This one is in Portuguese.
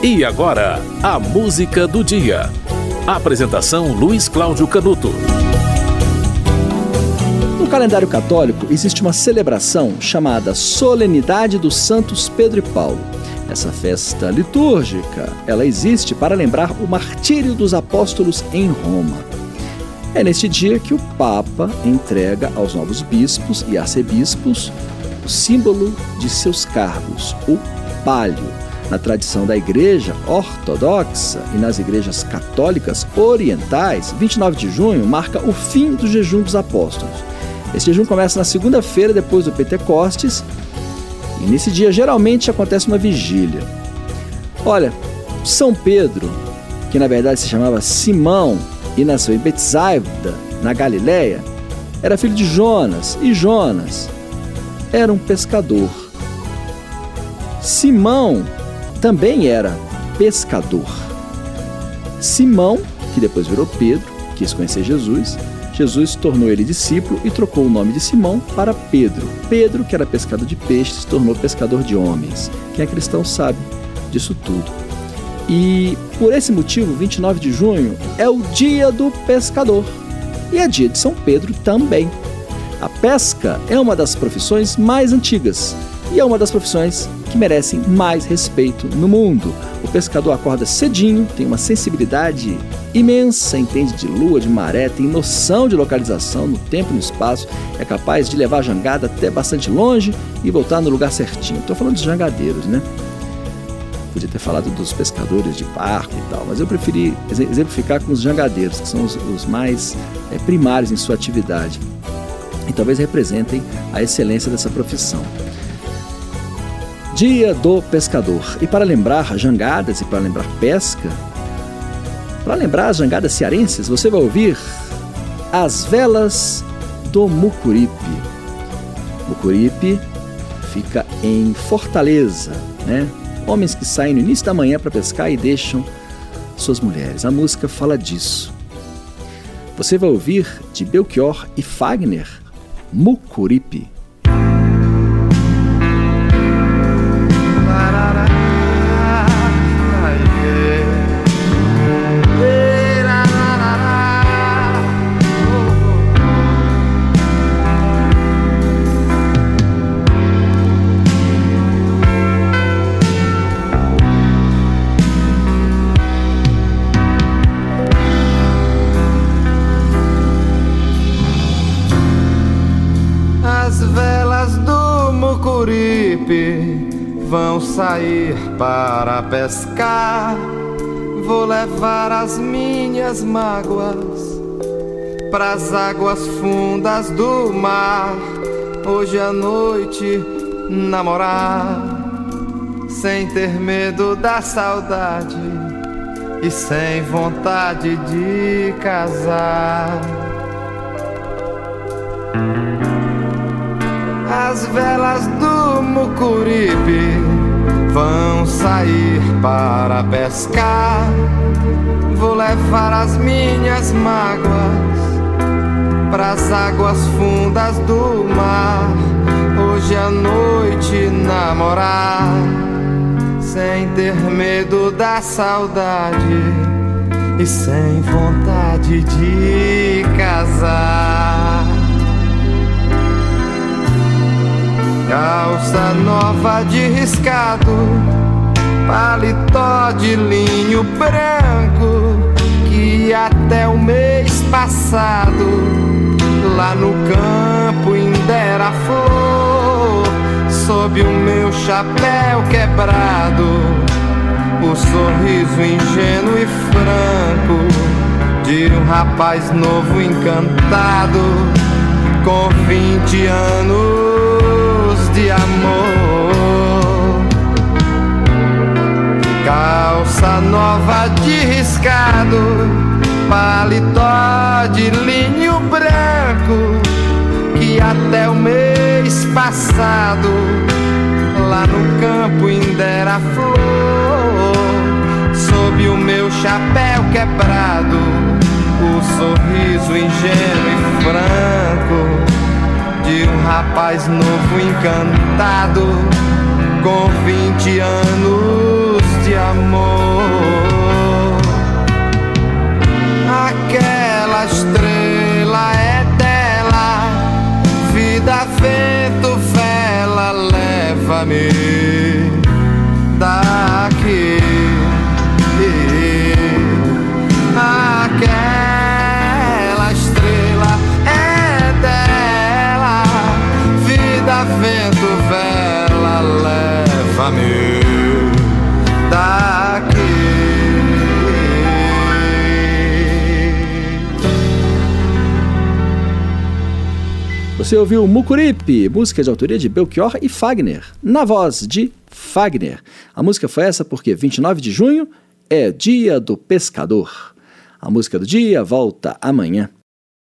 E agora, a música do dia. Apresentação Luiz Cláudio Canuto. No calendário católico existe uma celebração chamada Solenidade dos Santos Pedro e Paulo. Essa festa litúrgica, ela existe para lembrar o martírio dos apóstolos em Roma. É neste dia que o Papa entrega aos novos bispos e arcebispos o símbolo de seus cargos, o pálio. Na tradição da Igreja Ortodoxa e nas igrejas católicas orientais, 29 de junho marca o fim do jejum dos apóstolos. Esse jejum começa na segunda-feira depois do Pentecostes e nesse dia geralmente acontece uma vigília. Olha, São Pedro, que na verdade se chamava Simão e nasceu em Betsaida, na Galileia, era filho de Jonas e Jonas era um pescador. Simão também era pescador. Simão, que depois virou Pedro, quis conhecer Jesus. Jesus tornou ele discípulo e trocou o nome de Simão para Pedro. Pedro, que era pescador de peixes, se tornou pescador de homens. Quem é cristão sabe disso tudo. E por esse motivo, 29 de junho é o dia do pescador. E é dia de São Pedro também. A pesca é uma das profissões mais antigas e é uma das profissões que merecem mais respeito no mundo. O pescador acorda cedinho, tem uma sensibilidade imensa, entende de lua, de maré, tem noção de localização no tempo e no espaço, é capaz de levar a jangada até bastante longe e voltar no lugar certinho. Estou falando dos jangadeiros, né? Podia ter falado dos pescadores de barco e tal, mas eu preferi exemplificar com os jangadeiros, que são os mais primários em sua atividade e talvez representem a excelência dessa profissão. Dia do pescador. E para lembrar jangadas e para lembrar pesca, para lembrar as jangadas cearenses, você vai ouvir As Velas do Mucuripe. Mucuripe fica em Fortaleza, né? Homens que saem no início da manhã para pescar e deixam suas mulheres. A música fala disso. Você vai ouvir de Belchior e Fagner, Mucuripe. As velas do Mucuripe vão sair para pescar. Vou levar as minhas mágoas pras águas fundas do mar. Hoje à noite namorar, sem ter medo da saudade e sem vontade de casar. As velas do Mucuripe vão sair para pescar. Vou levar as minhas mágoas pras águas fundas do mar. Hoje à noite namorar, sem ter medo da saudade e sem vontade de casar. Calça nova de riscado, paletó de linho branco, que até o mês passado lá no campo ainda era flor. Sob o meu chapéu quebrado, o sorriso ingênuo e franco de um rapaz novo encantado, com 20 anos de amor. Calça nova de riscado, paletó de linho branco, que até o mês passado lá no campo ainda era flor. Sob o meu chapéu quebrado, o sorriso ingênuo e franco de um rapaz novo encantado, com 20 anos de amor. leva-me daqui. Aquela estrela é dela, vida, vento, vela, leva-me daqui. Você ouviu Mucuripe, música de autoria de Belchior e Fagner, na voz de Fagner. A música foi essa porque 29 de junho é Dia do Pescador. A música do dia volta amanhã.